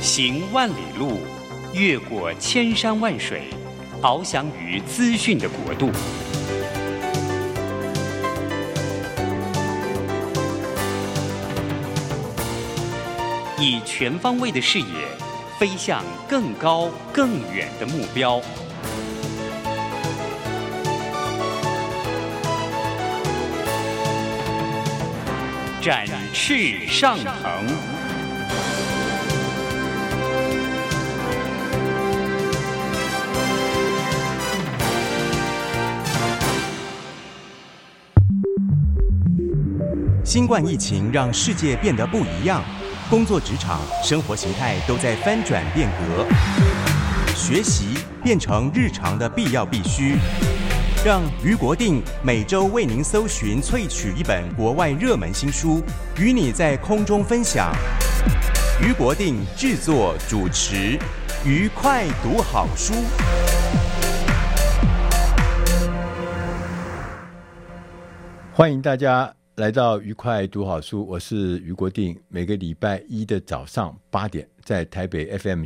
行万里路，越过千山万水，翱翔于资讯的国度。以全方位的视野，飞向更高更远的目标。展翅上腾。 新冠疫情让世界变得不一样，工作职场、生活形态都在翻转变革，学习变成日常的必要必须。让余国定每周为您搜寻萃取一本国外热门新书，与你在空中分享。余国定制作主持，愉快读好书。 欢迎大家来到愉快读好书，我是余国定。每个礼拜一的早上8点，在台北 FM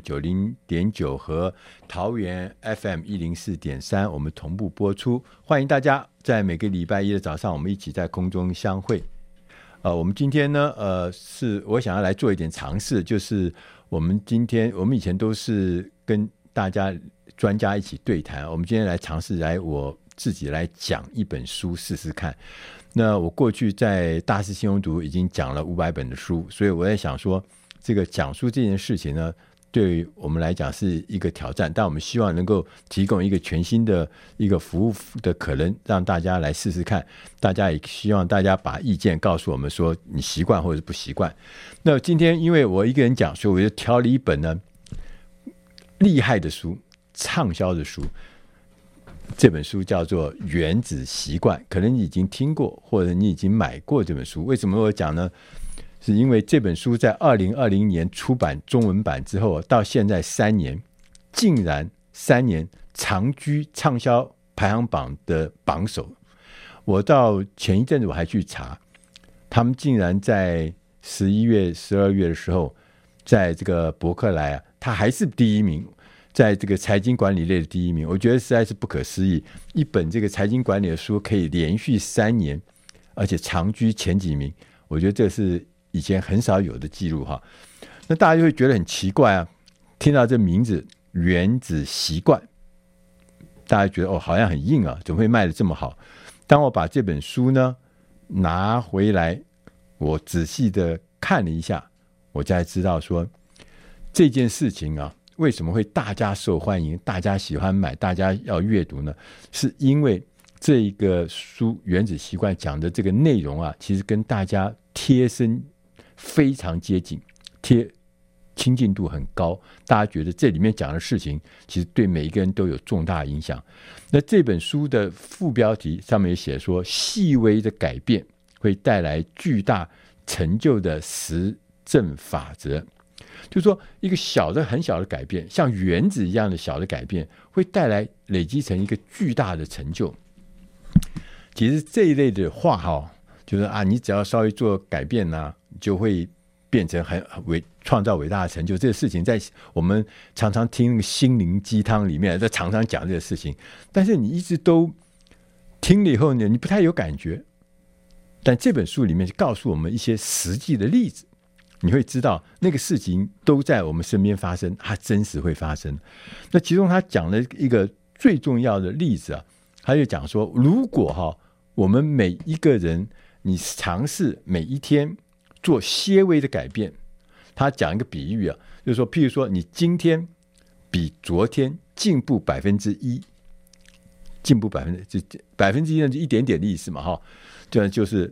90.9和桃园 FM 104.3，我们同步播出。欢迎大家在每个礼拜一的早上，我们一起在空中相会。我们今天呢，是我想要来做一点尝试，就是我们以前都是跟大家专家一起对谈，我们今天来尝试我自己来讲一本书试试看。那我过去在大师轻松读已经讲了500本的书，所以我在想说，这个讲书这件事情呢，对于我们来讲是一个挑战，但我们希望能够提供一个全新的一个服务的可能，让大家来试试看。大家也希望大家把意见告诉我们，说你习惯或者不习惯。那今天因为我一个人讲，所以我就挑了一本呢厉害的书，畅销的书。这本书叫做《原子习惯》，可能你已经听过，或者你已经买过这本书。为什么我讲呢？是因为这本书在2020年出版中文版之后，到现在3年，竟然3年长居畅销排行榜的榜首。我到前一阵子我还去查，他们竟然在11月、12月的时候，在这个博客来他还是第一名。在这个财经管理类的第一名，我觉得实在是不可思议。一本这个财经管理的书可以连续3年，而且长居前几名，我觉得这是以前很少有的记录哈。那大家就会觉得很奇怪啊，听到这名字《原子习惯》，大家觉得好像很硬啊，怎么会卖得这么好？当我把这本书呢拿回来，我仔细的看了一下，我才知道说这件事情啊。为什么会大家受欢迎，大家喜欢买，大家要阅读呢？是因为这个书《原子习惯》讲的这个内容啊，其实跟大家贴身非常接近，亲近度很高，大家觉得这里面讲的事情其实对每一个人都有重大影响。那这本书的副标题上面也写说，细微的改变会带来巨大成就的实证法则。就是说一个很小的改变，像原子一样的小的改变，会累积成一个巨大的成就。其实这一类的话就是你只要稍微做改变就会变成创造伟大的成就。这个事情在我们常常听那个心灵鸡汤里面在常常讲这个事情，但是你一直都听了以后呢，你不太有感觉。但这本书里面告诉我们一些实际的例子，你会知道那个事情都在我们身边发生，它真实会发生。那其中他讲了一个最重要的例子他就讲说，如果我们每一个人你尝试每一天做些微的改变，他讲一个比喻就是说，譬如说你今天比昨天进步1%，进步1%呢就一点点的意思嘛这就是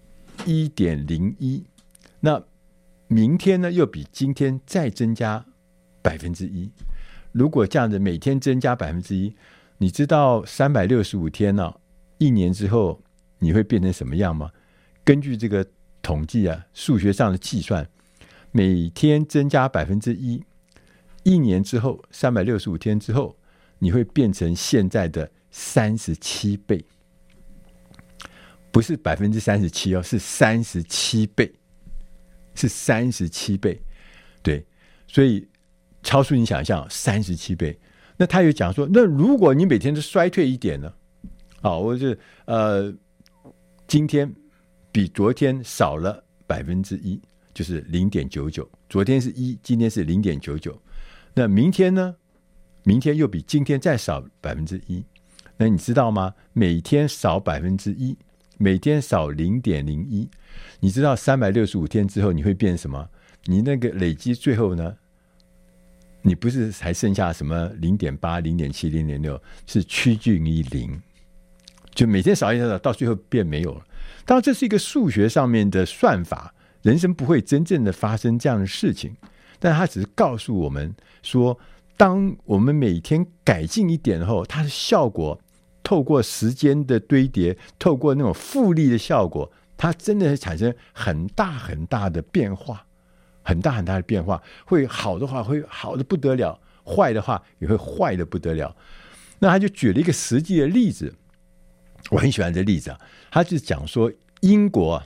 1.01。那明天呢，又比今天再增加1%。如果这样子每天增加1%，你知道365天1年之后你会变成什么样吗？根据这个统计数学上的计算，每天增加1%，1年之后365天之后，你会变成现在的37倍，不是37%是37倍。是37倍，对， 所以超出你想象37倍。那他又讲说，那如果你每天都衰退一点呢？我就今天比昨天少了1%，就是 0.99， 昨天是1，今天是 0.99。 那明天呢？明天又比今天再少1%。那你知道吗？每天少1%，每天少 0.01， 你知道365天之后你会变什么？你那个累积最后呢，你不是还剩下什么 0.8、0.7、0.6， 是趋近于0，就每天少一点，到最后变没有了。当然这是一个数学上面的算法，人生不会真正的发生这样的事情，但它只是告诉我们说，当我们每天改进一点后，它的效果透过时间的堆叠，透过那种复利的效果，它真的会产生很大很大的变化，很大很大的变化。会好的话会好的不得了，坏的话也会坏的不得了。那他就举了一个实际的例子，我很喜欢这例子啊。他就讲说英国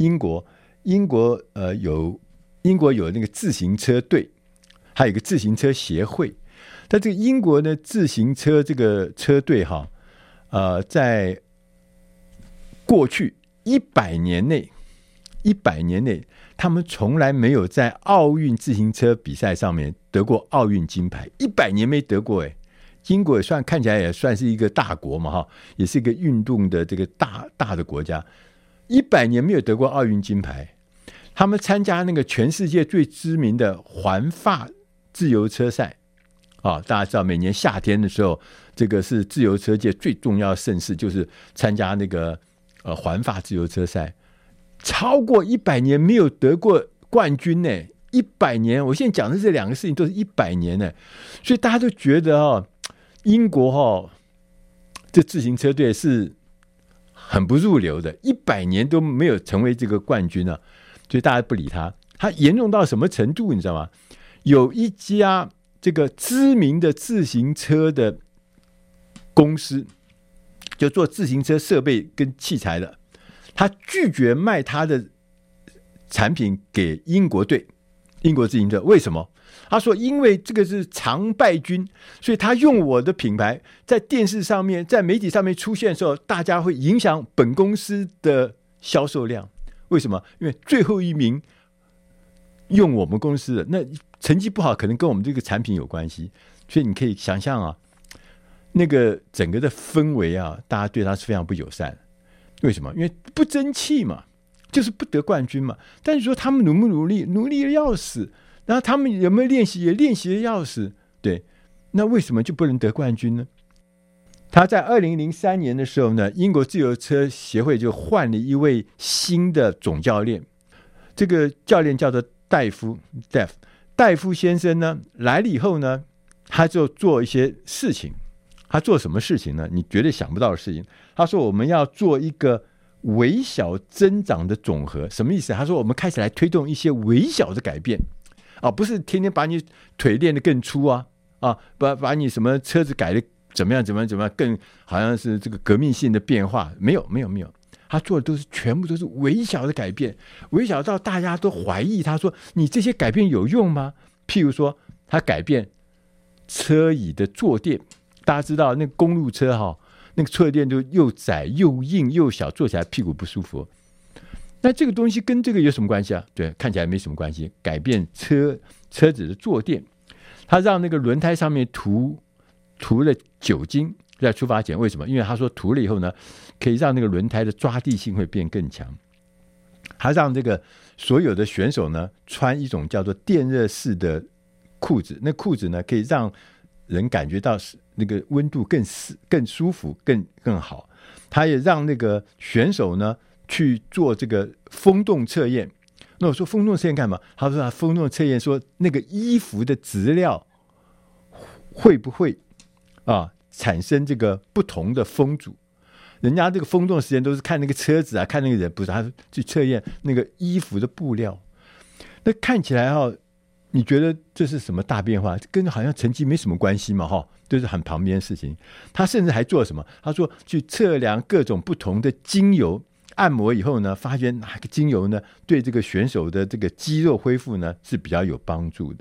有那个自行车队，还有一个自行车协会。但这个英国的自行车这个车队在过去100年内，他们从来没有在奥运自行车比赛上面得过奥运金牌，100年没得过哎。英国也看起来也算是一个大国嘛，也是一个运动的这个大的国家，100年没有得过奥运金牌。他们参加那个全世界最知名的环法自由车赛大家知道每年夏天的时候，这个是自由车界最重要的盛事，就是参加那个环法自由车赛，超过100年没有得过冠军呢。100年，我现在讲的这两个事情都是100年呢，所以大家都觉得英国这自行车队是很不入流的，100年都没有成为这个冠军啊，所以大家不理他。他严重到什么程度你知道吗？有一家这个知名的自行车的公司，就做自行车设备跟器材的，他拒绝卖他的产品给英国队，英国自行车。为什么？他说因为这个是常败军，所以他用我的品牌在电视上面在媒体上面出现的时候，大家会影响本公司的销售量。为什么？因为最后一名用我们公司的，那成绩不好可能跟我们这个产品有关系。所以你可以想象那个整个的氛围大家对他是非常不友善。为什么？因为不争气嘛，就是不得冠军嘛。但是说他们努不努力？努力的要死。然后他们有没有练习？也练习的要死。对，那为什么就不能得冠军呢？他在2003年的时候呢，英国自由车协会就换了一位新的总教练，这个教练叫做戴夫先生呢，来了以后呢，他就做一些事情。他做什么事情呢？你绝对想不到的事情。他说我们要做一个微小增长的总和。什么意思？他说我们开始来推动一些微小的改变不是天天把你腿练得更粗把你什么车子改得怎么样，更好像是这个革命性的变化。没有，他做的全部都是微小的改变，微小到大家都怀疑。他说你这些改变有用吗？譬如说他改变车椅的坐垫，大家知道那个公路车那个坐垫就又窄又硬又小，坐起来屁股不舒服。那这个东西跟这个有什么关系啊？对，看起来没什么关系。改变车子的坐垫，他让那个轮胎上面涂了酒精在出发前。为什么？因为他说涂了以后呢，可以让那个轮胎的抓地性会变更强。他让这个所有的选手呢穿一种叫做电热式的裤子，那裤子呢可以让人感觉到那个温度更舒服更好。他也让那个选手呢去做这个风洞测验。那我说风洞测验干嘛？他说风洞测验说那个衣服的质料会不会产生这个不同的风阻。人家这个风洞实验都是看那个车子看那个人，不是，他去测验那个衣服的布料。那看起来你觉得这是什么大变化？跟好像成绩没什么关系嘛都是很旁边的事情。他甚至还做什么？他说去测量各种不同的精油，按摩以后呢，发现哪个精油呢对这个选手的这个肌肉恢复呢是比较有帮助的。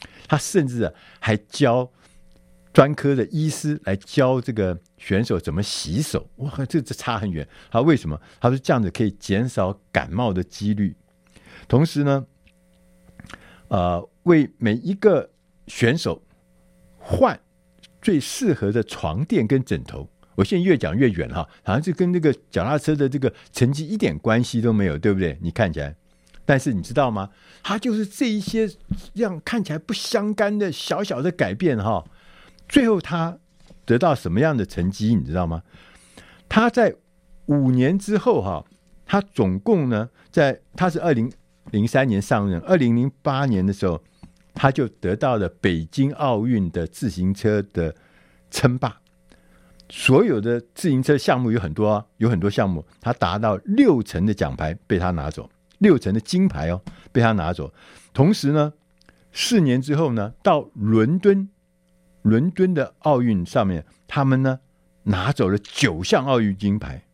他甚至还教专科的医师来教这个选手怎么洗手。哇，这差很远。他为什么？他说这样子可以减少感冒的几率，同时呢，为每一个选手换最适合的床垫跟枕头。我现在越讲越远哈，好像是跟那个脚踏车的这个成绩一点关系都没有，对不对？你看起来，但是你知道吗？他就是这一些让看起来不相干的小小的改变哈，最后他得到什么样的成绩？你知道吗？他在5年之后哈，他总共呢，他是2003年上任，2008年的时候，他就得到了北京奥运的自行车的称霸。所有的自行车项目有很多项目，他达到60%的奖牌被他拿走，60%的金牌被他拿走。同时呢，4年之后呢，到伦敦的奥运上面，他们呢拿走了9项奥运金牌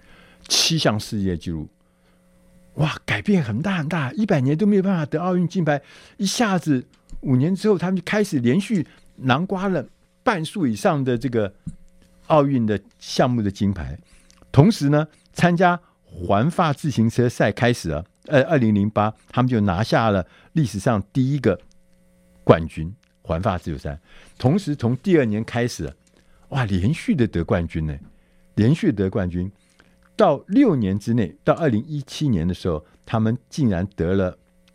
，7项世界纪录。哇，改变很大很大，100年都没有办法得奥运金牌，一下子5年之后，他们就开始连续囊括了半数以上的这个奥运的项目的金牌。同时呢，参加环法自行车赛开始了，2008他们就拿下了历史上第一个冠军，环法自由赛。同时从第2年开始，哇，连续的得冠军呢，连续得冠军。到6年之内，到2017年的时候，他们竟然得了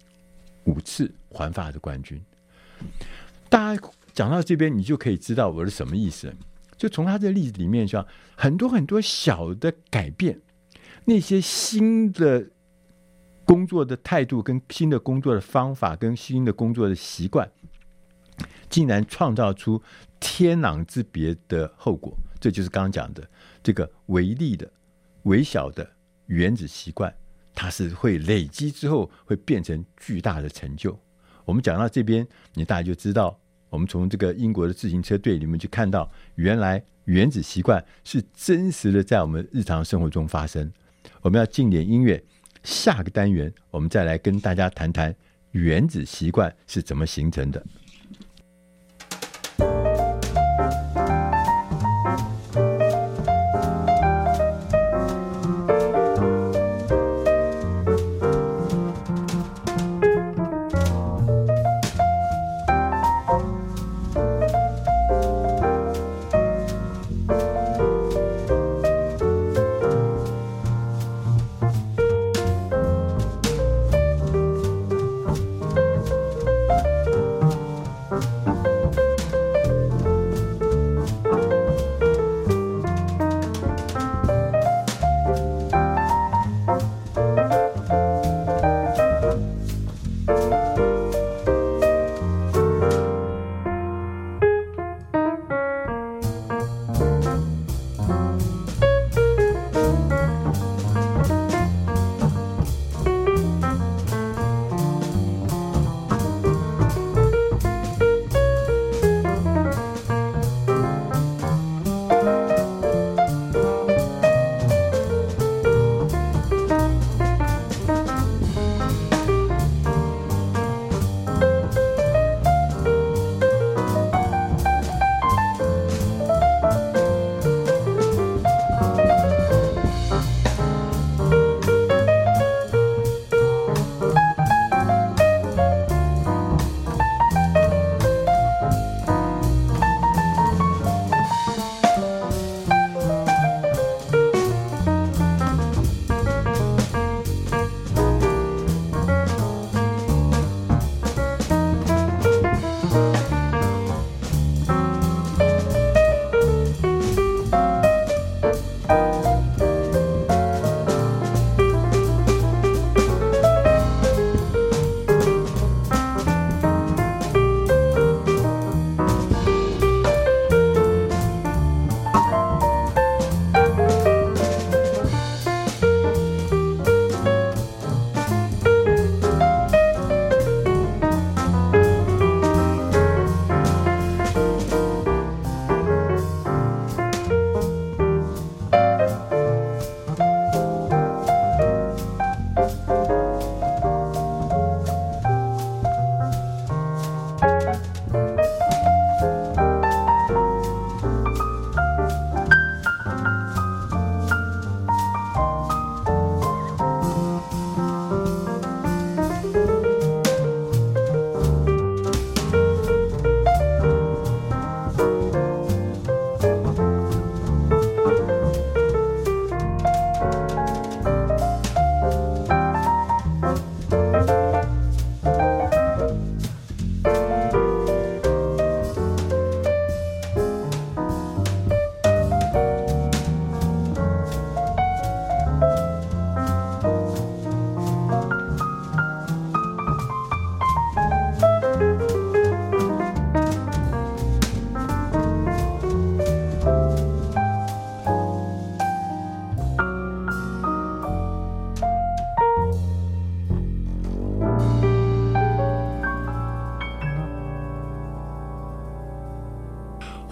5次环法的冠军。大家讲到这边，你就可以知道我是什么意思。就从他这个例子里面，像很多很多小的改变，那些新的工作的态度、跟新的工作的方法、跟新的工作的习惯，竟然创造出天壤之别的后果。这就是刚刚讲的这个微小的原子习惯，它是会累积之后会变成巨大的成就。我们讲到这边，你大家就知道，我们从这个英国的自行车队里面去看到，原来原子习惯是真实的在我们日常生活中发生。我们要进点音乐，下个单元我们再来跟大家谈谈原子习惯是怎么形成的。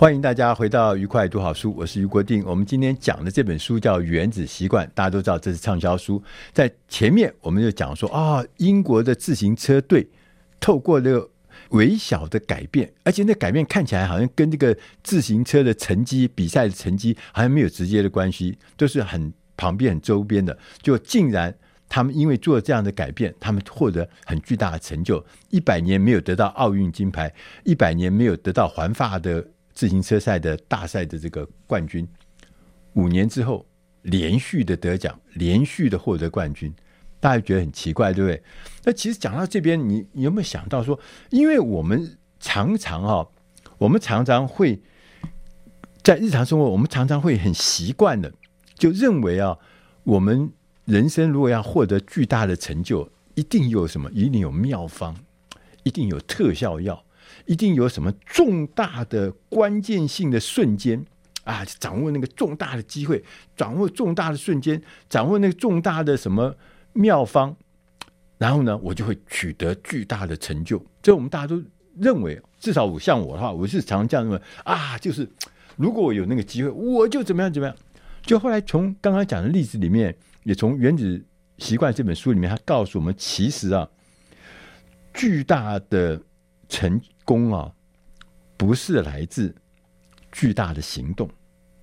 欢迎大家回到愉快读好书，我是余国定。我们今天讲的这本书叫《原子习惯》，大家都知道这是畅销书。在前面我们就讲说英国的自行车队透过这个微小的改变，而且那改变看起来好像跟这个自行车的成绩、比赛的成绩好像没有直接的关系，都是很旁边、很周边的。就竟然他们因为做这样的改变，他们获得很巨大的成就。100年没有得到奥运金牌，100年没有得到环法的自行车赛的大赛的这个冠军，5年之后连续的得奖，连续的获得冠军，大家觉得很奇怪，对不对？那其实讲到这边，你有没有想到说，因为我们常常会在日常生活，我们常常会很习惯的就认为我们人生如果要获得巨大的成就，一定有什么？一定有妙方，一定有特效药。一定有什么重大的关键性的瞬间掌握那个重大的机会，掌握重大的瞬间，掌握那个重大的什么妙方，然后呢，我就会取得巨大的成就。这我们大家都认为，至少像我的话，我是常这样认为就是如果我有那个机会，我就怎么样怎么样。就后来从刚刚讲的例子里面，也从《原子习惯》这本书里面，他告诉我们，其实巨大的成功不是来自巨大的行动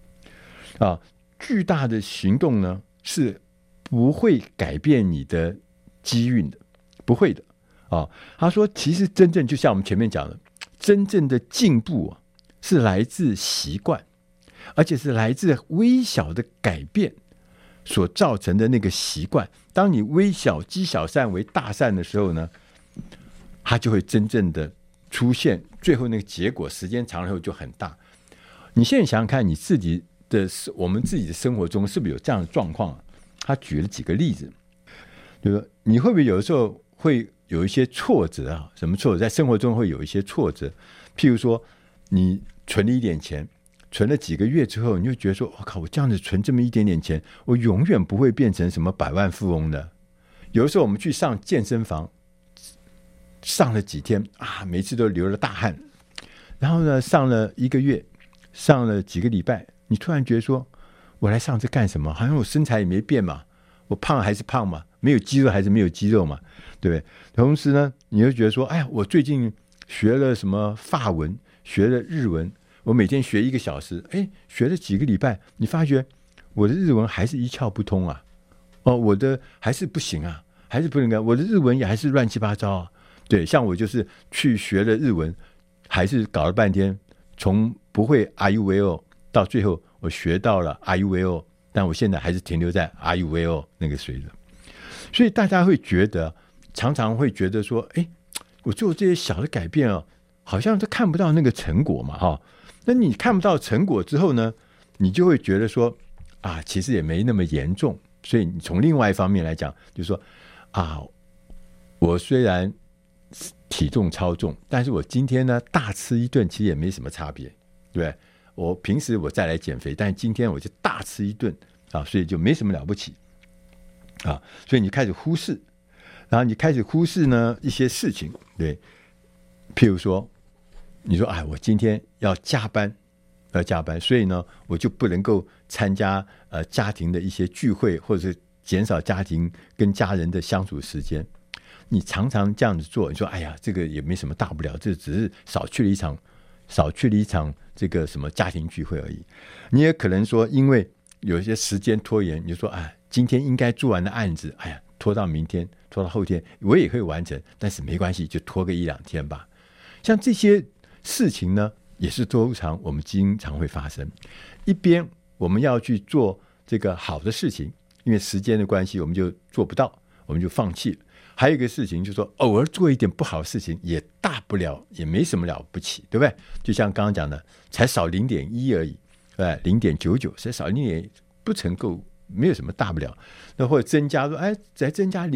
巨大的行动呢是不会改变你的机运的，不会的他说，其实真正就像我们前面讲的，真正的进步是来自习惯，而且是来自微小的改变所造成的那个习惯。当你微小积小善为大善的时候呢，它就会真正的出现，最后那个结果时间长了后就很大。你现在想想看，你自己的我们自己的生活中是不是有这样的状况他举了几个例子，就是你会不会有的时候会有一些挫折什么挫折？在生活中会有一些挫折，譬如说你存了一点钱，存了几个月之后，你就觉得说，我靠，我这样子存这么一点点钱，我永远不会变成什么百万富翁的。有的时候我们去上健身房，上了几天每次都流了大汗，然后呢，上了1个月，上了几个礼拜，你突然觉得说，我来上这干什么？好像我身材也没变嘛，我胖还是胖嘛，没有肌肉还是没有肌肉嘛，对不对？同时呢，你就觉得说，哎呀，我最近学了什么法文，学了日文，我每天学1个小时，学了几个礼拜，你发觉我的日文还是一窍不通我的还是不行还是不能干，我的日文也还是乱七八糟对，像我就是去学了日文，还是搞了半天，从不会 Are you well 到最后我学到了 Are you well， 但我现在还是停留在 Are you well 那个水准。所以大家会觉得，常常会觉得说，我做这些小的改变好像都看不到那个成果嘛那你看不到成果之后呢，你就会觉得说其实也没那么严重。所以你从另外一方面来讲，就是说我虽然体重超重，但是我今天呢大吃一顿其实也没什么差别，对不对？我平时我再来减肥，但是今天我就大吃一顿所以就没什么了不起所以你开始忽视，然后你开始忽视呢一些事情，对，譬如说你说我今天要加班，所以呢我就不能够参加家庭的一些聚会，或者是减少家庭跟家人的相处时间。你常常这样子做，你说哎呀，这个也没什么大不了，这只是少去了一场这个什么家庭聚会而已。你也可能说，因为有一些时间拖延，你就说今天应该做完的案子，拖到明天，拖到后天，我也会完成，但是没关系，就拖个1-2天吧。像这些事情呢，也是我们经常会发生。一边我们要去做这个好的事情，因为时间的关系，我们就做不到，我们就放弃了。还有一个事情就是说，偶尔做一点不好的事情也大不了，也没什么了不起，对不对？就像刚刚讲的，才少 0.1 而已，0.99才少0.1不成够，没有什么大不了。那或者增加说再增加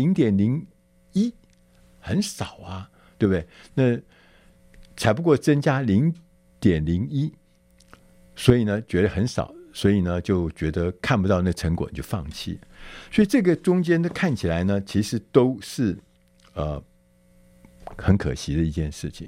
0.01 很少对不对？那才不过增加 0.01， 所以呢觉得很少，所以呢就觉得看不到那成果，你就放弃。所以这个中间的看起来呢，其实都是很可惜的一件事情。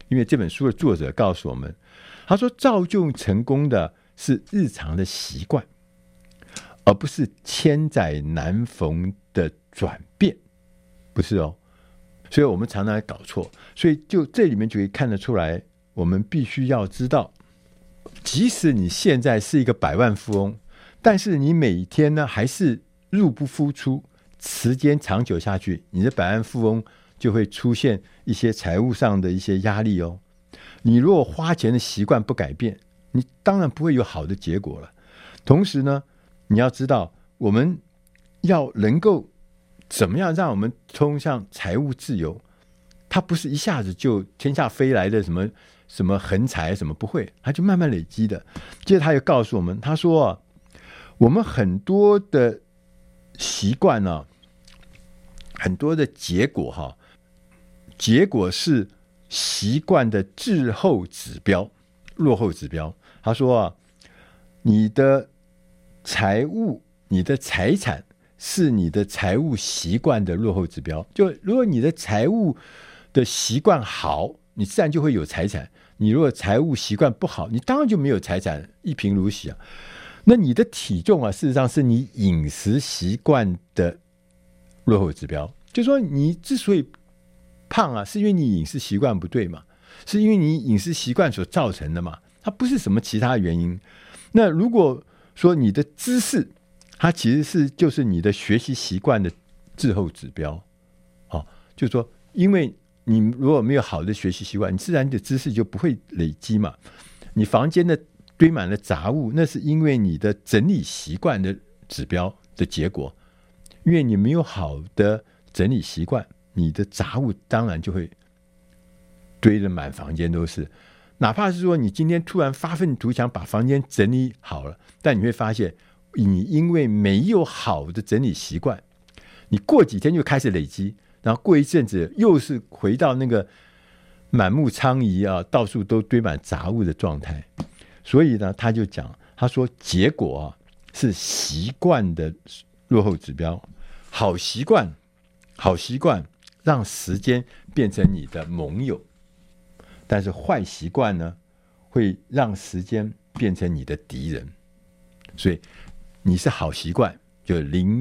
因为这本书的作者告诉我们，他说造就成功的是日常的习惯，而不是千载难逢的转变，不是哦。所以我们常常搞错，所以就这里面就可以看得出来，我们必须要知道，即使你现在是一个百万富翁，但是你每天呢还是入不敷出，时间长久下去，你的百万富翁就会出现一些财务上的一些压力哦。你如果花钱的习惯不改变，你当然不会有好的结果了。同时呢，你要知道，我们要能够怎么样让我们通向财务自由，它不是一下子就天下飞来的什么横财，什么不会，它就慢慢累积的。接着他又告诉我们，他说我们很多的习惯呢，很多的结果结果是习惯的滞后指标、落后指标。他说你的财务、你的财产是你的财务习惯的落后指标。就如果你的财务的习惯好，你自然就会有财产；你如果财务习惯不好，你当然就没有财产，一贫如洗啊。那你的体重啊，事实上是你饮食习惯的落后指标。就是说你之所以胖啊，是因为你饮食习惯不对嘛，是因为你饮食习惯所造成的嘛，它不是什么其他原因。那如果说你的知识，它其实就是你的学习习惯的滞后指标。就是说因为你如果没有好的学习习惯，你自然的知识就不会累积嘛。你房间的堆满了杂物，那是因为你的整理习惯的指标的结果。因为你没有好的整理习惯，你的杂物当然就会堆得满房间都是。哪怕是说你今天突然发愤图强把房间整理好了，但你会发现你因为没有好的整理习惯，你过几天就开始累积，然后过一阵子又是回到那个满目疮痍啊，到处都堆满杂物的状态。所以呢，他就讲，他说结果是习惯的落后指标。好习惯让时间变成你的盟友，但是坏习惯呢，会让时间变成你的敌人。所以你是好习惯就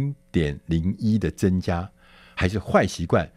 0.01 的增加，还是坏习惯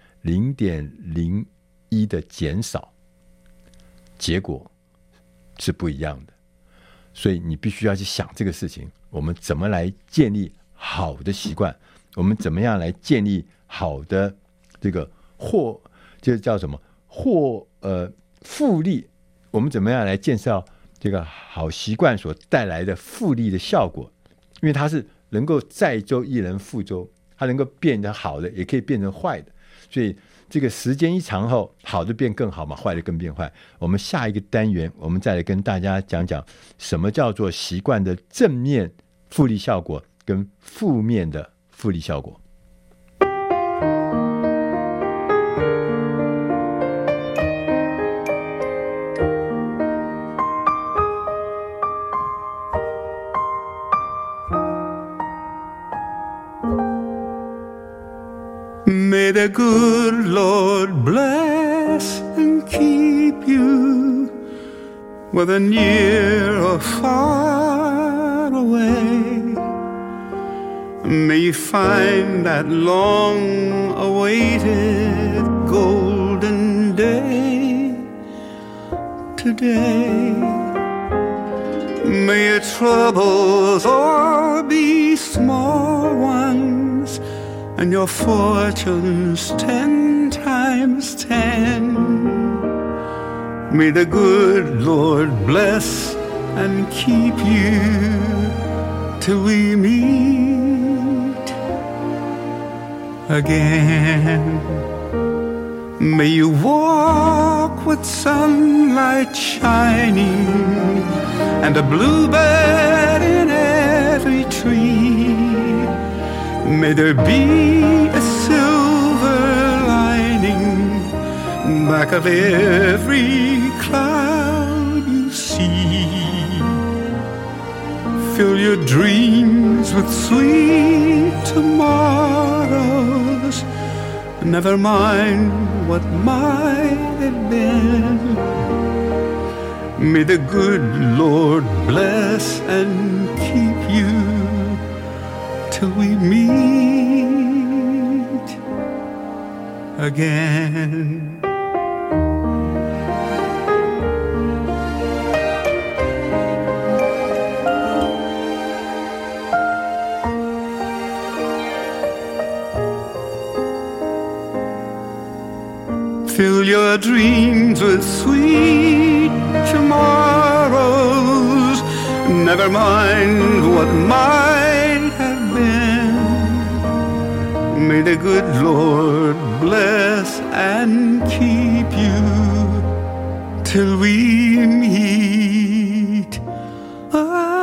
0.01 的减少，结果是不一样的。所以你必须要去想这个事情，我们怎么来建立好的习惯，我们怎么样来建立好的这个就是叫什么复利，我们怎么样来建设这个好习惯所带来的复利的效果。因为它是能够载舟亦能覆舟，它能够变成好的也可以变成坏的，所以这个时间一长后，好的变更好嘛，坏的更变坏。我们下一个单元我们再来跟大家讲讲什么叫做习惯的正面复利效果跟负面的复利效果。 May the good Lord bless and keep you, whether near or far away. May you find that long-awaited golden day today. May your troubles all be small ones, and your fortunes 10 times 10. May the good Lord bless and keep you till we meet again. May you walk with sunlight shining and a bluebird in every tree. May there be a silver lining back of every cloud you see. Fill your dreams with sweet tomorrows Never mind what might have been. May the good Lord bless and keep you till we meet again. Fill your dreams with sweet tomorrows. Never mind what might have been. May the good Lord bless and keep you till we meet again.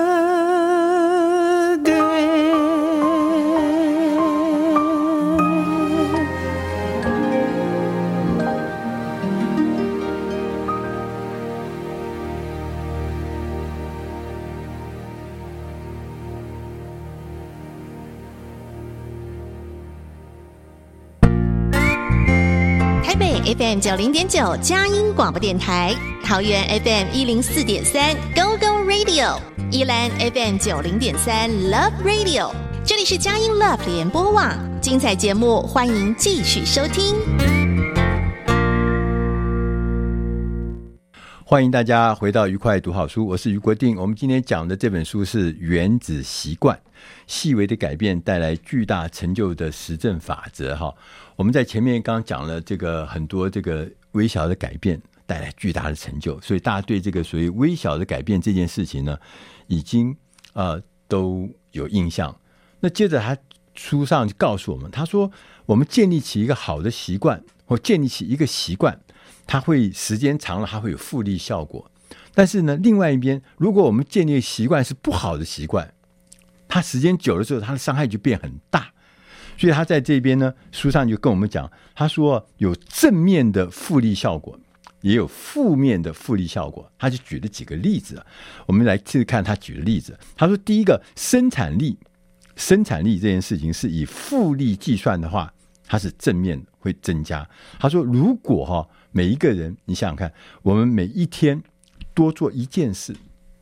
台北 FM 90.9佳音广播电台，桃园 FM 104.3 Go Go Radio， 宜兰 FM 90.3 Love Radio， 这里是佳音 Love 联播网，精彩节目欢迎继续收听。 欢迎大家回到愉快读好书，我是余国定。我们今天讲的这本书是《原子习惯》，细微的改变带来巨大成就的实证法则。我们在前面刚刚讲了这个很多这个微小的改变带来巨大的成就，所以大家对这个所谓微小的改变这件事情呢，已经都有印象。那接着他书上就告诉我们，他说我们建立起一个好的习惯，或建立起一个习惯，它会时间长了它会有复利效果。但是呢，另外一边如果我们建立的习惯是不好的习惯，它时间久了之后它的伤害就变很大。所以他在这边呢，书上就跟我们讲，他说有正面的复利效果，也有负面的复利效果。他就举了几个例子，我们来试试看他举的例子。他说第一个，生产力这件事情是以复利计算的话，它是正面会增加。他说如果每一个人，你想想看，我们每一天多做一件事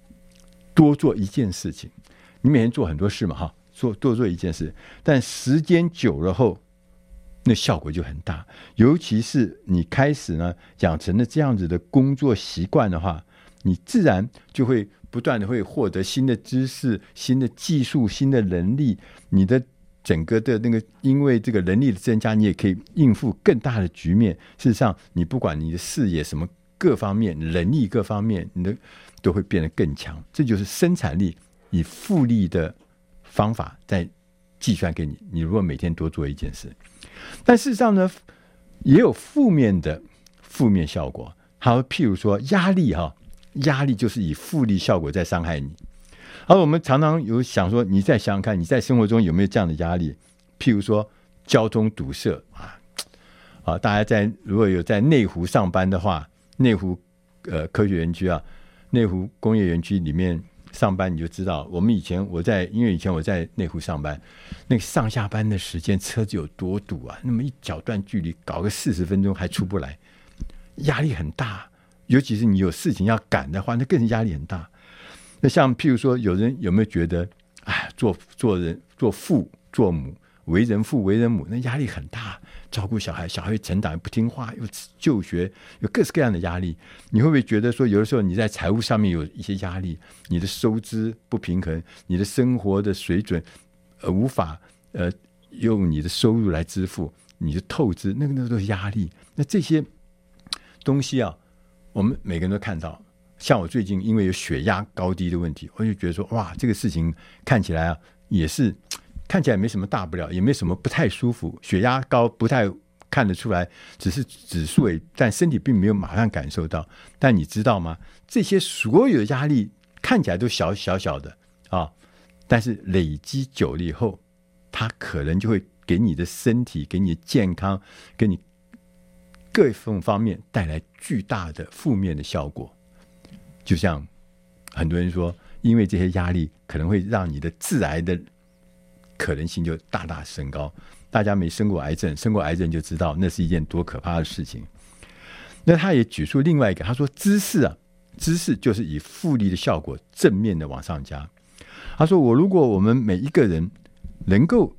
情，你每天做很多事嘛，多做一件事，但时间久了后，那效果就很大。尤其是你开始呢养成了这样子的工作习惯的话，你自然就会不断的会获得新的知识、新的技术、新的能力。你的整个的那个，因为这个能力的增加，你也可以应付更大的局面。事实上，你不管你的视野什么各方面、能力各方面，你的都会变得更强。这就是生产力以复利的方法在计算给你。你如果每天多做一件事，但事实上呢，也有负面效果。好，譬如说压力就是以复利效果在伤害你。而我们常常有想说，你再想想看，你在生活中有没有这样的压力？譬如说交通堵塞大家如果有在内湖上班的话，内湖科学园区内湖工业园区里面上班，你就知道，因为以前我在内湖上班，那个上下班的时间车子有多堵啊！那么一小段距离搞个40分钟还出不来，压力很大。尤其是你有事情要赶的话，那更是压力很大。那像譬如说，有人有没有觉得，做父做母，为人父为人母，那压力很大，照顾小孩成长不听话，又就学，有各式各样的压力。你会不会觉得说，有的时候你在财务上面有一些压力，你的收支不平衡，你的生活的水准无法用你的收入来支付，你的透支，那个都是压力。那这些东西我们每个人都看到。像我最近因为有血压高低的问题，我就觉得说，哇，这个事情看起来也是看起来没什么大不了，也没什么不太舒服。血压高不太看得出来，只是指数但身体并没有马上感受到。但你知道吗？这些所有的压力看起来都小的但是累积久了以后，它可能就会给你的身体、给你的健康、给你各方面带来巨大的负面的效果。就像很多人说，因为这些压力可能会让你的致癌的可能性就大大升高。 大家没生过癌症，生过癌症就知道那是一件多可怕的事情。那他也举出另外一个，他说知识就是以复利的效果正面的往上加。他说如果我们每一个人能够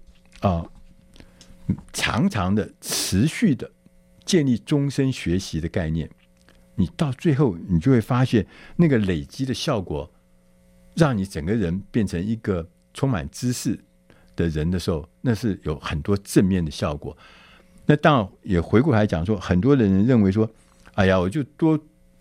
常常的持续的建立终身学习的概念，你到最后你就会发现那个累积的效果让你整个人变成一个充满知识的人的时候，那是有很多正面的效果。那当然也回过来讲说，很多人认为说，哎呀，我就多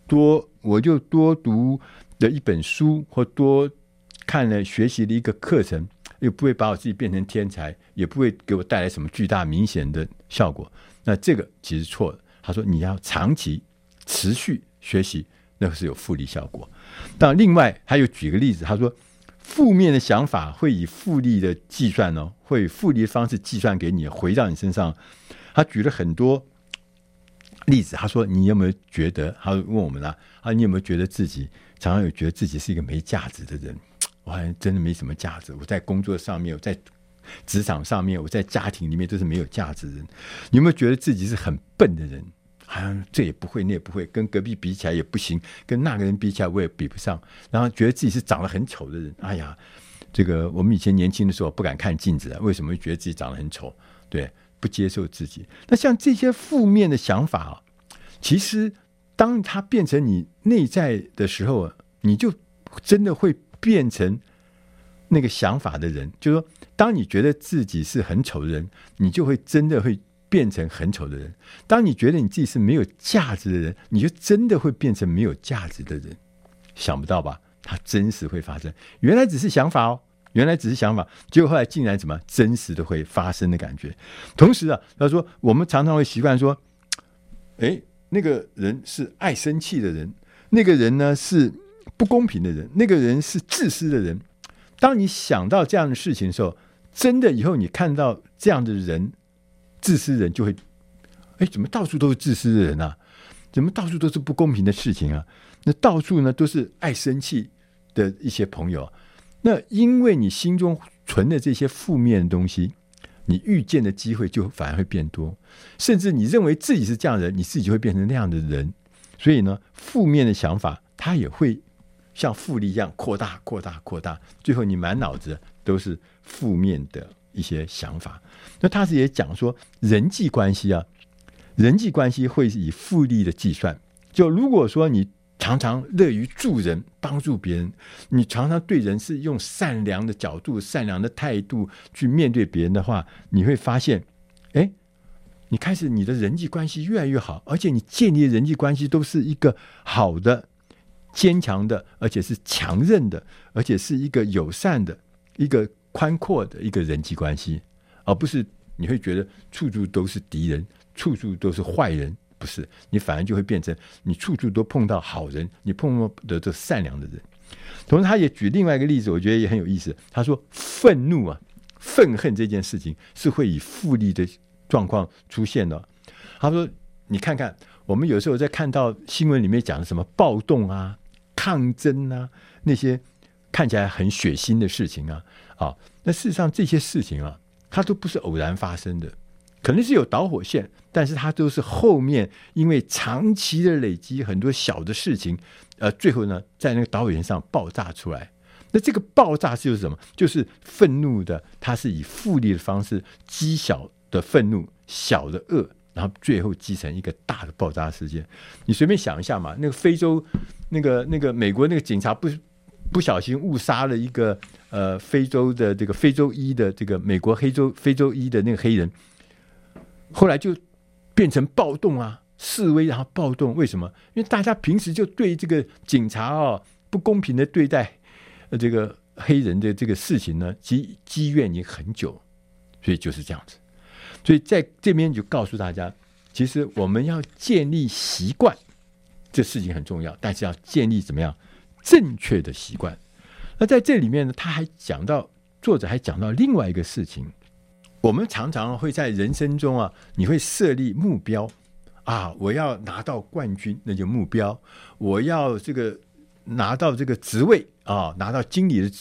读了一本书，或多看了学习的一个课程，又不会把我自己变成天才，也不会给我带来什么巨大明显的效果。那这个其实错了。他说你要长期持续学习，那是有复利效果。但另外还有举个例子，他说负面的想法会以复利的计算会以复利的方式计算给你，回到你身上。他举了很多例子，他说你有没有觉得，他问我们你有没有觉得自己常常有觉得自己是一个没价值的人？我好像真的没什么价值，我在工作上面，我在职场上面，我在家庭里面都是没有价值的人。你有没有觉得自己是很笨的人？好像这也不会那也不会，跟隔壁比起来也不行，跟那个人比起来我也比不上，然后觉得自己是长得很丑的人。哎呀，这个我们以前年轻的时候不敢看镜子，为什么会觉得自己长得很丑？对，不接受自己。那像这些负面的想法其实当它变成你内在的时候，你就真的会变成那个想法的人。就是说当你觉得自己是很丑的人，你就会真的会变成很丑的人。当你觉得你自己是没有价值的人，你就真的会变成没有价值的人。想不到吧？它真实会发生。原来只是想法原来只是想法，结果后来竟然怎么真实的会发生的感觉。同时他说我们常常会习惯说，那个人是爱生气的人，那个人呢是不公平的人，那个人是自私的人。当你想到这样的事情的时候，真的以后你看到这样的人，自私人就会，怎么到处都是自私的人啊？怎么到处都是不公平的事情啊？那到处呢都是爱生气的一些朋友。那因为你心中存的这些负面的东西，你遇见的机会就反而会变多，甚至你认为自己是这样的人，你自己就会变成那样的人。所以呢，负面的想法它也会像复利一样扩大，最后你满脑子都是负面的一些想法。那他也讲说，人际关系会以复利的计算。就如果说你常常乐于助人，帮助别人，你常常对人是用善良的角度、善良的态度去面对别人的话，你会发现你开始你的人际关系越来越好，而且你建立的人际关系都是一个好的、坚强的，而且是强韧的，而且是一个友善的、一个宽阔的一个人际关系，而不是你会觉得处处都是敌人，处处都是坏人。不是，你反而就会变成你处处都碰到好人，你碰到的这善良的人。同时他也举另外一个例子，我觉得也很有意思。他说愤怒愤恨这件事情是会以复利的状况出现的。他说你看看，我们有时候在看到新闻里面讲的什么暴动抗争那些看起来很血腥的事情那事实上这些事情它都不是偶然发生的，可能是有导火线，但是它都是后面因为长期的累积很多小的事情，最后呢在那个导火线上爆炸出来。那这个爆炸就是什么？就是愤怒的，它是以复利的方式积小的愤怒，小的恶，然后最后积成一个大的爆炸事件。你随便想一下嘛，那个非洲那个美国那个警察不小心误杀了一个非洲的这个非洲裔的这个美国非洲裔的那个黑人，后来就变成暴动示威，然后暴动。为什么？因为大家平时就对这个警察不公平的对待这个黑人的这个事情呢积怨已经很久，所以就是这样子。所以在这边就告诉大家，其实我们要建立习惯，这事情很重要，但是要建立怎么样正确的习惯。那在这里面呢，作者还讲到另外一个事情。我们常常会在人生中你会设立目标我要拿到冠军，那就目标；我要这个拿到这个职位拿到经理的职位，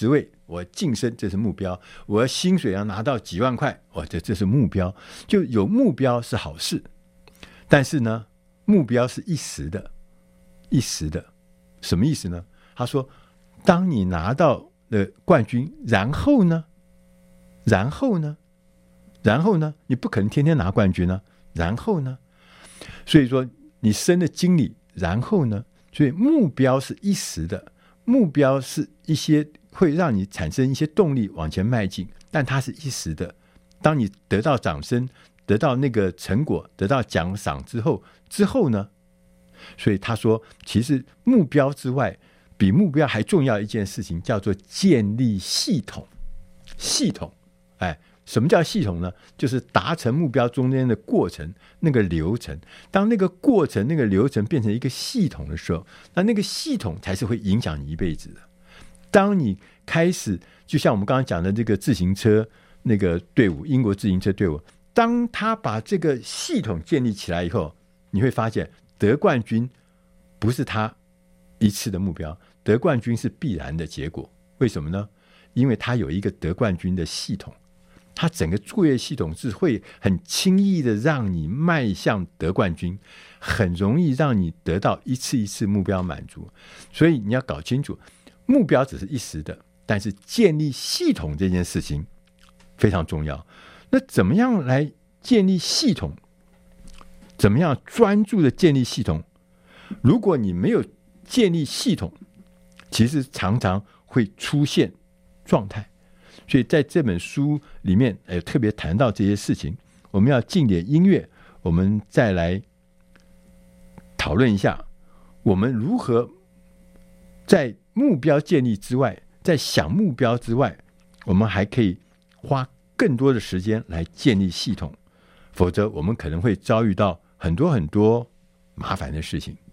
我晋升这是目标，我要薪水要拿到几万块，这是目标。就有目标是好事，但是呢，目标是一时的，什么意思呢？他说，当你拿到了冠军，然后呢，你不可能天天拿冠军呢，然后呢，所以说你升了经理，然后呢，所以目标是一时的，目标是一些会让你产生一些动力往前迈进，但它是一时的。当你得到掌声，得到那个成果，得到奖赏之后呢，所以他说，其实目标之外，比目标还重要一件事情，叫做建立系统。什么叫系统呢？就是达成目标中间的过程，那个流程。当那个过程、那个流程变成一个系统的时候，那个系统才是会影响你一辈子的。当你开始，就像我们刚刚讲的这个自行车那个队伍，英国自行车队伍，当他把这个系统建立起来以后，你会发现得冠军不是他一次的目标，得冠军是必然的结果。为什么呢？因为他有一个得冠军的系统。它整个作业系统是会很轻易的让你迈向得冠军，很容易让你得到一次一次目标满足。所以你要搞清楚，目标只是一时的，但是建立系统这件事情非常重要。那怎么样来建立系统？怎么样专注的建立系统？如果你没有建立系统，其实常常会出现状态。所以在这本书里面特别谈到这些事情。我们要进点音乐，我们再来讨论一下，我们如何在目标建立之外，在想目标之外，我们还可以花更多的时间来建立系统，否则我们可能会遭遇到很多很多麻烦的事情。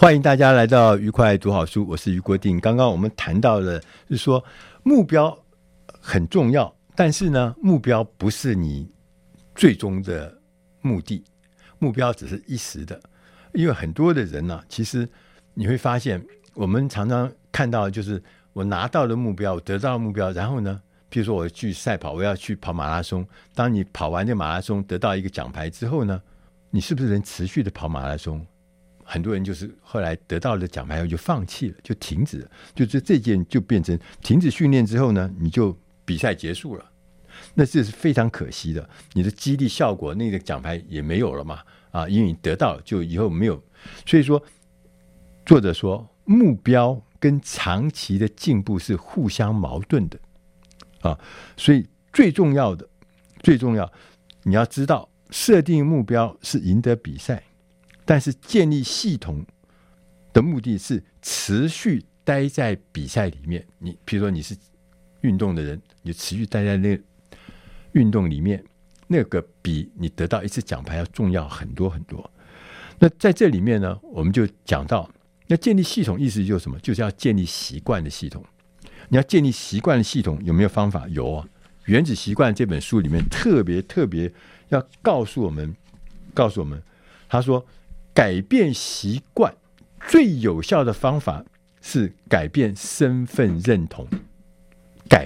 欢迎大家来到愉快读好书，我是余国定。刚刚我们谈到了，就是说目标很重要，但是呢，目标不是你最终的目的，目标只是一时的。因为很多的人呢，其实你会发现，我们常常看到，就是我拿到了目标，我得到了目标，然后呢，譬如说我去赛跑，我要去跑马拉松。当你跑完这马拉松，得到一个奖牌之后呢，你是不是能持续的跑马拉松？很多人就是后来得到了奖牌后就放弃了，就停止了，就是这件就变成停止训练之后呢，你就比赛结束了，那这是非常可惜的。你的激励效果，那个奖牌也没有了嘛，因为你得到了就以后没有。所以说，作者说目标跟长期的进步是互相矛盾的所以最重要，你要知道，设定目标是赢得比赛。但是建立系统的目的是持续待在比赛里面。你比如说你是运动的人，你持续待在那个运动里面，那个比你得到一次奖牌要重要很多很多。那在这里面呢，我们就讲到，那建立系统意思就是什么？就是要建立习惯的系统。你要建立习惯的系统，有没有方法？有啊，《原子习惯》这本书里面特别要告诉我们，他说，改变习惯最有效的方法是改变身份认同。他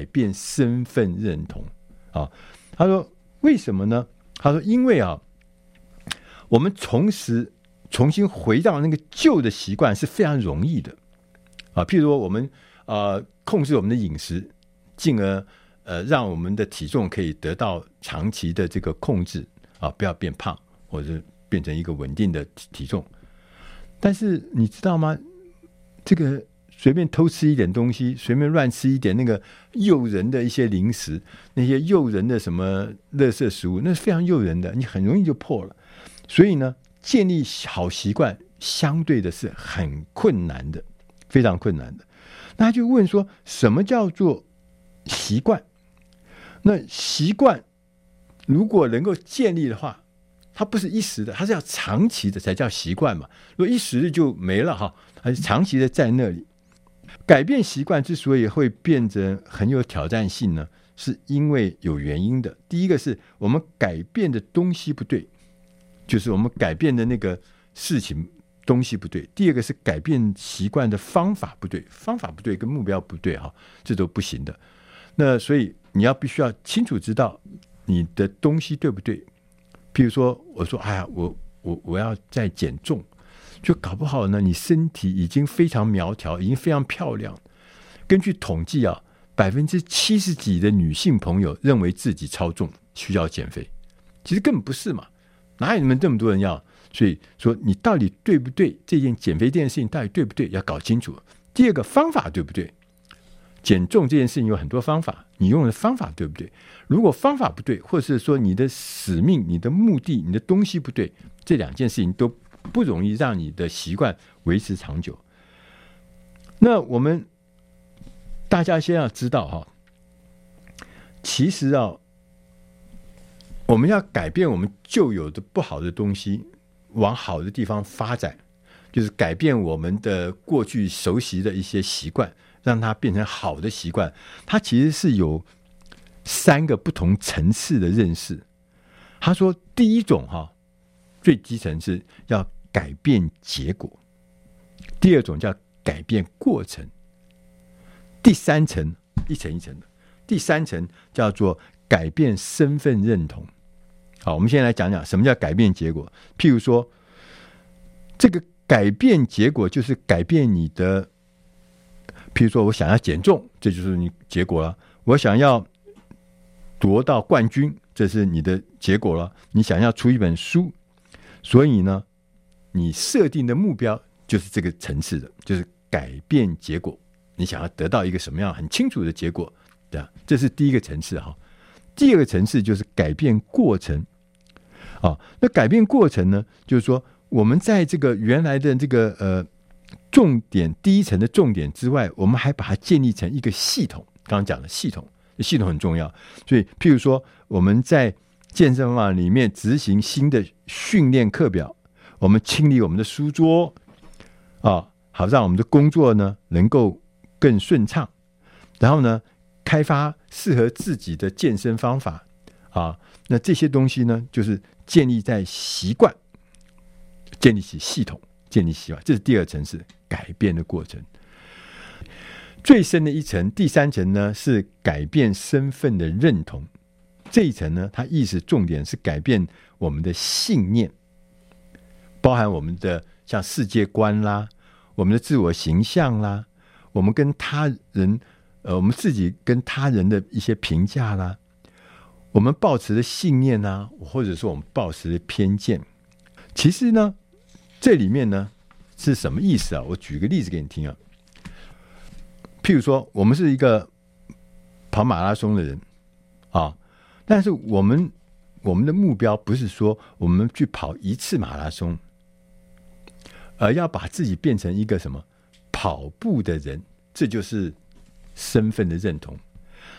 说为什么呢？他说因为我们重新回到那个旧的习惯是非常容易的譬如说我们控制我们的饮食，进而让我们的体重可以得到长期的这个控制不要变胖，或者变成一个稳定的体重。但是你知道吗？这个随便偷吃一点东西，随便乱吃一点那个诱人的一些零食，那些诱人的什么垃圾食物，那是非常诱人的，你很容易就破了。所以呢，建立好习惯相对的是很困难的，非常困难的。那他就问说，什么叫做习惯？那习惯如果能够建立的话，它不是一时的，它是要长期的才叫习惯嘛。如果一时的就没了还是长期的在那里。改变习惯之所以会变得很有挑战性呢，是因为有原因的。第一个是我们改变的东西不对，就是我们改变的那个事情东西不对。第二个是改变习惯的方法不对，方法不对跟目标不对这都不行的。那所以你必须要清楚知道你的东西对不对。譬如说我说我要再减重，就搞不好呢，你身体已经非常苗条，已经非常漂亮。根据统计70%几的女性朋友认为自己超重，需要减肥。其实根本不是嘛，哪有你们这么多人要？所以说你到底对不对？这件减肥这件事情到底对不对？要搞清楚。第二个方法对不对？减重这件事情有很多方法，你用的方法对不对？如果方法不对，或者是说你的使命、你的目的、你的东西不对，这两件事情都不容易让你的习惯维持长久。那我们大家先要知道其实我们要改变我们旧有的不好的东西，往好的地方发展，就是改变我们的过去熟悉的一些习惯，让它变成好的习惯。它其实是有3个不同层次的认识。他说第一种最基层是要改变结果，第二种叫改变过程，第三层一层一层的，第三层叫做改变身份认同。好，我们先来讲讲什么叫改变结果。譬如说，这个改变结果就是改变你的，譬如说我想要减重，这就是你结果了；我想要夺到冠军，这是你的结果了；你想要出一本书，所以呢，你设定的目标就是这个层次的，就是改变结果。你想要得到一个什么样很清楚的结果，对吧？这是第一个层次第二个层次就是改变过程。那改变过程呢，就是说我们在这个原来的这个重点第一层的重点之外，我们还把它建立成一个系统。刚刚讲的系统很重要，所以譬如说我们在健身房里面执行新的训练课表，我们清理我们的书桌好让我们的工作呢能够更顺畅，然后呢开发适合自己的健身方法那这些东西呢就是建立在习惯，建立起系统，建立习惯，这是第二层，是改变的过程。最深的一层，第三层呢是改变身份的认同。这一层呢，它意思重点是改变我们的信念，包含我们的像世界观啦，我们的自我形象啦，我们跟他人我们自己跟他人的一些评价啦，我们抱持的信念啊，或者说我们抱持的偏见。其实呢这里面呢是什么意思啊？我举个例子给你听啊。譬如说我们是一个跑马拉松的人但是我们的目标不是说我们去跑一次马拉松，而要把自己变成一个什么跑步的人，这就是身份的认同。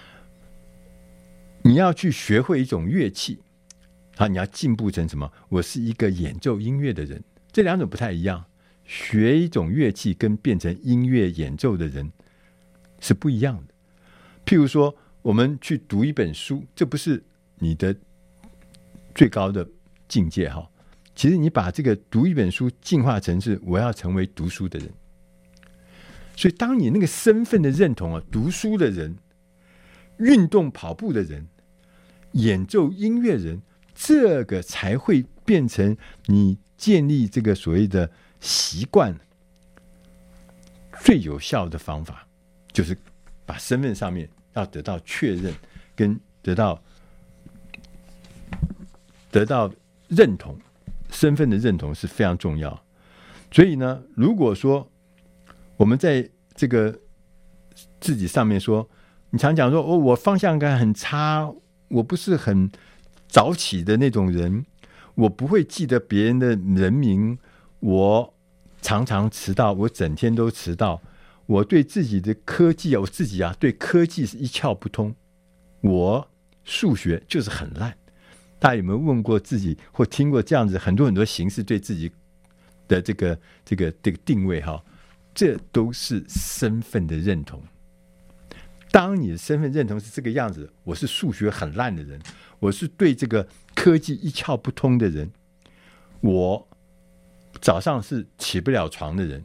你要去学会一种乐器你要进步成什么？我是一个演奏音乐的人，这两种不太一样。学一种乐器跟变成音乐演奏的人是不一样的。譬如说我们去读一本书，这不是你的最高的境界其实你把这个读一本书进化成是我要成为读书的人。所以当你那个身份的认同读书的人、运动跑步的人、演奏音乐人，这个才会变成你建立这个所谓的习惯最有效的方法，就是把身份上面要得到确认，跟得到认同，身份的认同是非常重要。所以呢，如果说我们在这个自己上面说，你常讲说我方向感很差，我不是很早起的那种人，我不会记得别人的人名，我常常迟到，我整天都迟到，我对自己的科技我自己对科技是一窍不通，我数学就是很烂。大家有没有问过自己，或听过这样子很多形式对自己的这个定位这都是身份的认同。当你的身份认同是这个样子，我是数学很烂的人，我是对这个科技一窍不通的人，我早上是起不了床的人，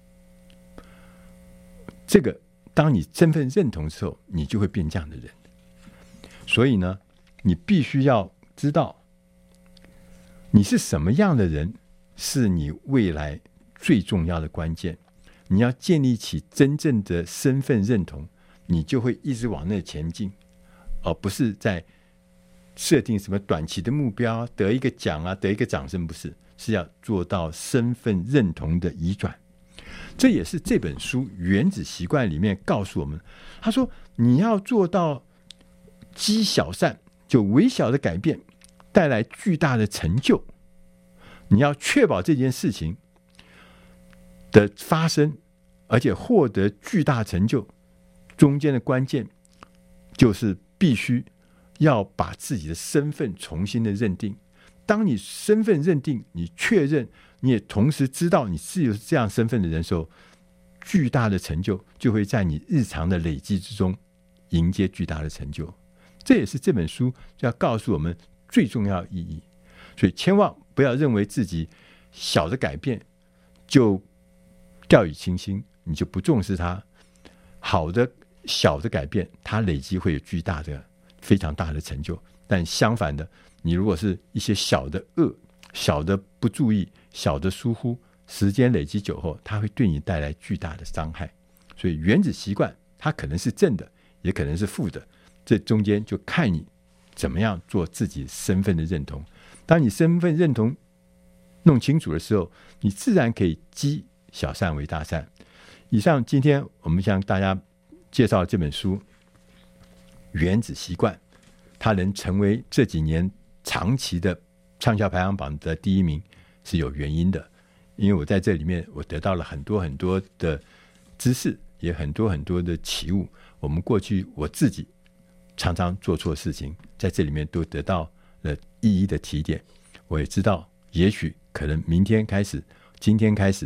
这个当你身份认同之后，你就会变这样的人。所以呢，你必须要知道你是什么样的人，是你未来最重要的关键。你要建立起真正的身份认同，你就会一直往那前进，而不是在设定什么短期的目标，得一个奖得一个掌声，不是，是要做到身份认同的移转。这也是这本书《原子习惯》里面告诉我们，他说你要做到积小善，就微小的改变带来巨大的成就，你要确保这件事情的发生，而且获得巨大成就，中间的关键就是必须要把自己的身份重新的认定。当你身份认定，你确认，你也同时知道你是这样身份的人的时候，巨大的成就就会在你日常的累积之中迎接巨大的成就。这也是这本书要告诉我们最重要的意义。所以千万不要认为自己小的改变就掉以轻心，你就不重视它。好的小的改变，它累积会有巨大的非常大的成就。但相反的，你如果是一些小的恶、小的不注意、小的疏忽，时间累积久后，它会对你带来巨大的伤害。所以原子习惯它可能是正的，也可能是负的，这中间就看你怎么样做自己身份的认同。当你身份认同弄清楚的时候，你自然可以积小善为大善。以上今天我们向大家介绍这本书《原子习惯》，它能成为这几年长期的畅销排行榜的第一名是有原因的。因为我在这里面我得到了很多的知识，也很多的启悟。我们过去我自己常常做错事情，在这里面都得到了一一的提点。我也知道也许可能明天开始、今天开始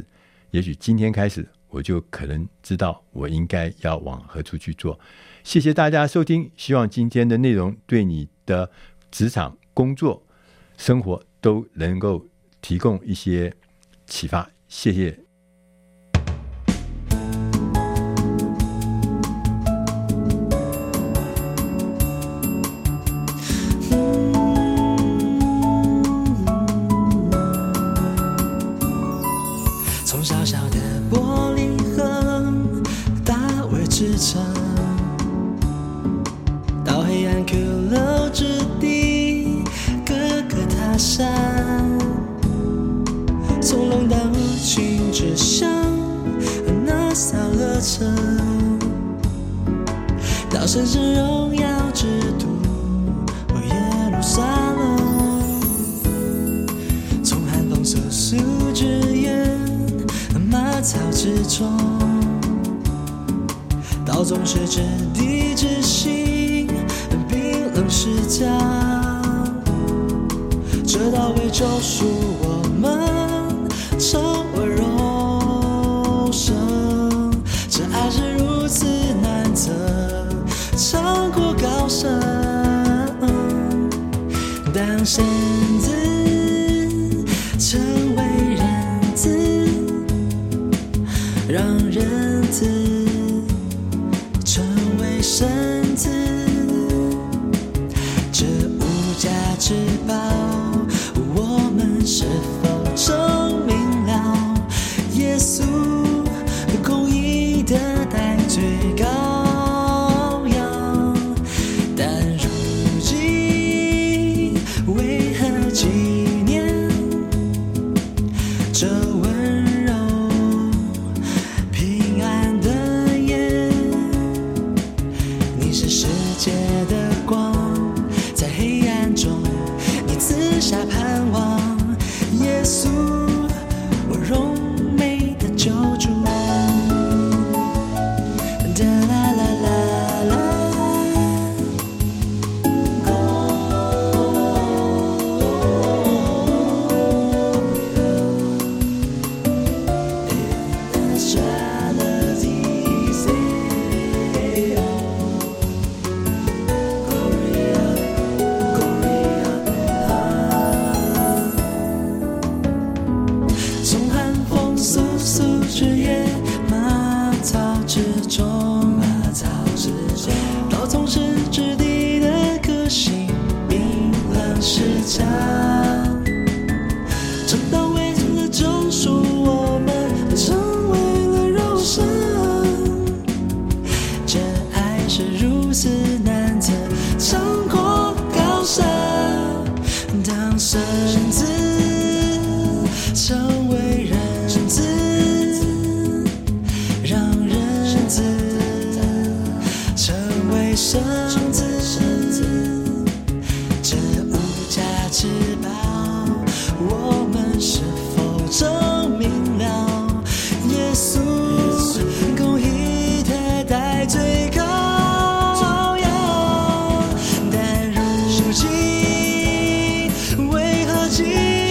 也许今天开始我就可能知道我应该要往何处去做。谢谢大家收听，希望今天的内容对你的职场、工作、生活都能够提供一些启发。谢谢。 从小小的玻璃盒大卫之城，到黑暗骷髅之地各个他山，从龙到无情之上那扫了城，到神之荣耀之都耶路撒冷，从寒风瑟瑟之夜马槽之中，到众矢之的之心冰冷世家，这道为救赎我们成为荣生，这爱是如此难测，长阔高深，当神子成为人子，让人子成为神子，这无价之宝，我们是否证明了耶稣公义的代罪羔羊？但如今为何纪念这温柔平安的夜？你是世界的光，在黑暗中你赐下盼望，耶稣我荣美的救主。哒啦啦啦啦，从寒风簌簌之夜马槽之中，到众矢之的的个性冰冷世家，这道为了救赎我们成为了肉身，这爱是如此难测，长阔高深，当神子成为人子，让人子成为神子，这无价之宝，我们是否证明了耶稣公义的代罪羔羊？但如今为何纪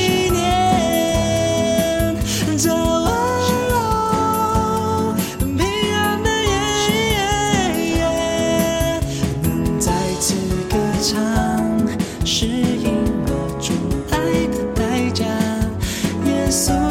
念这温柔平安的夜？能再次歌唱，是因为主爱的代价，耶稣